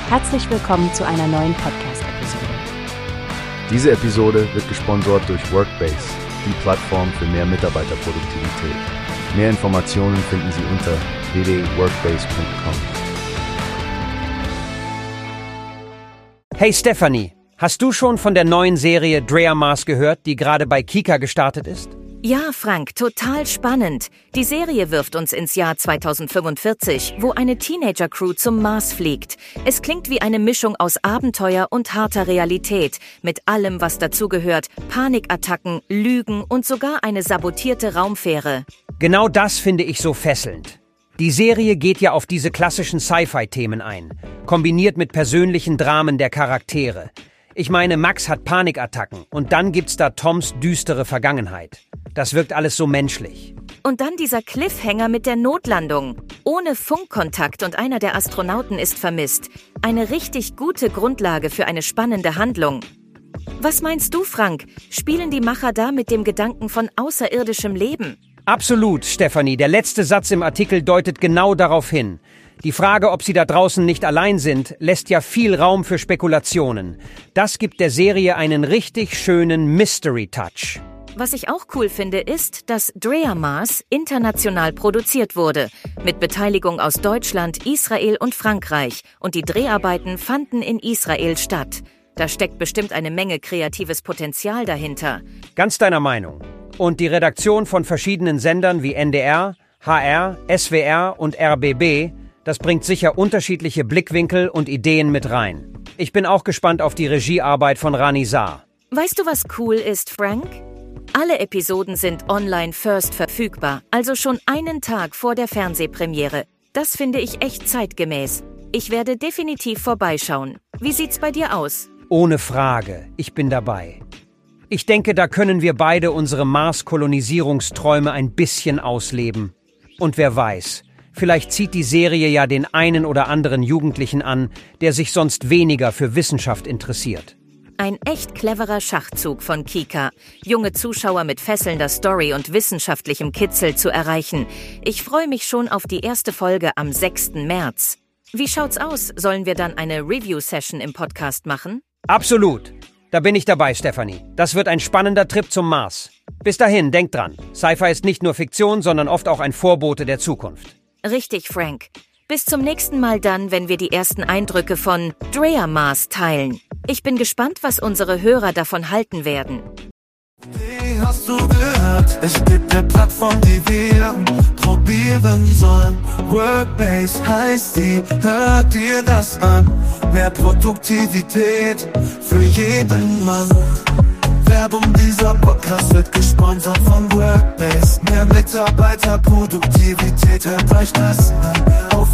Herzlich willkommen zu einer neuen Podcast-Episode. Diese Episode wird gesponsert durch Workbase, die Plattform für mehr Mitarbeiterproduktivität. Mehr Informationen finden Sie unter www.workbase.com. Hey Stephanie, hast du schon von der neuen Serie Dreher Mars gehört, die gerade bei Kika gestartet ist? Ja, Frank, total spannend. Die Serie wirft uns ins Jahr 2045, wo eine Teenager-Crew zum Mars fliegt. Es klingt wie eine Mischung aus Abenteuer und harter Realität, mit allem, was dazugehört: Panikattacken, Lügen und sogar eine sabotierte Raumfähre. Genau das finde ich so fesselnd. Die Serie geht ja auf diese klassischen Sci-Fi-Themen ein, kombiniert mit persönlichen Dramen der Charaktere. Ich meine, Max hat Panikattacken und dann gibt's da Toms düstere Vergangenheit. Das wirkt alles so menschlich. Und dann dieser Cliffhanger mit der Notlandung. Ohne Funkkontakt und einer der Astronauten ist vermisst. Eine richtig gute Grundlage für eine spannende Handlung. Was meinst du, Frank? Spielen die Macher da mit dem Gedanken von außerirdischem Leben? Absolut, Stephanie. Der letzte Satz im Artikel deutet genau darauf hin. Die Frage, ob sie da draußen nicht allein sind, lässt ja viel Raum für Spekulationen. Das gibt der Serie einen richtig schönen Mystery-Touch. Was ich auch cool finde, ist, dass Dreher Mars international produziert wurde, mit Beteiligung aus Deutschland, Israel und Frankreich, und die Dreharbeiten fanden in Israel statt. Da steckt bestimmt eine Menge kreatives Potenzial dahinter. Ganz deiner Meinung. Und die Redaktion von verschiedenen Sendern wie NDR, HR, SWR und RBB, das bringt sicher unterschiedliche Blickwinkel und Ideen mit rein. Ich bin auch gespannt auf die Regiearbeit von Rani Saar. Weißt du, was cool ist, Frank? Alle Episoden sind online first verfügbar, also schon einen Tag vor der Fernsehpremiere. Das finde ich echt zeitgemäß. Ich werde definitiv vorbeischauen. Wie sieht's bei dir aus? Ohne Frage, ich bin dabei. Ich denke, da können wir beide unsere Mars-Kolonisierungsträume ein bisschen ausleben. Und wer weiß, vielleicht zieht die Serie ja den einen oder anderen Jugendlichen an, der sich sonst weniger für Wissenschaft interessiert. Ein echt cleverer Schachzug von Kika, junge Zuschauer mit fesselnder Story und wissenschaftlichem Kitzel zu erreichen. Ich freue mich schon auf die erste Folge am 6. März. Wie schaut's aus? Sollen wir dann eine Review-Session im Podcast machen? Absolut. Da bin ich dabei, Stephanie. Das wird ein spannender Trip zum Mars. Bis dahin, denk dran. Sci-Fi ist nicht nur Fiktion, sondern oft auch ein Vorbote der Zukunft. Richtig, Frank. Bis zum nächsten Mal dann, wenn wir die ersten Eindrücke von Dreher Mars teilen. Ich bin gespannt, was unsere Hörer davon halten werden. Wie hast du gehört? Es gibt eine Plattform, die wir probieren sollen. Workbase heißt die, hört dir das an. Mehr Produktivität für jeden Mann. Werbung, dieser Podcast wird gesponsert von Workbase. Mehr Mitarbeiterproduktivität, hört euch das an. Auf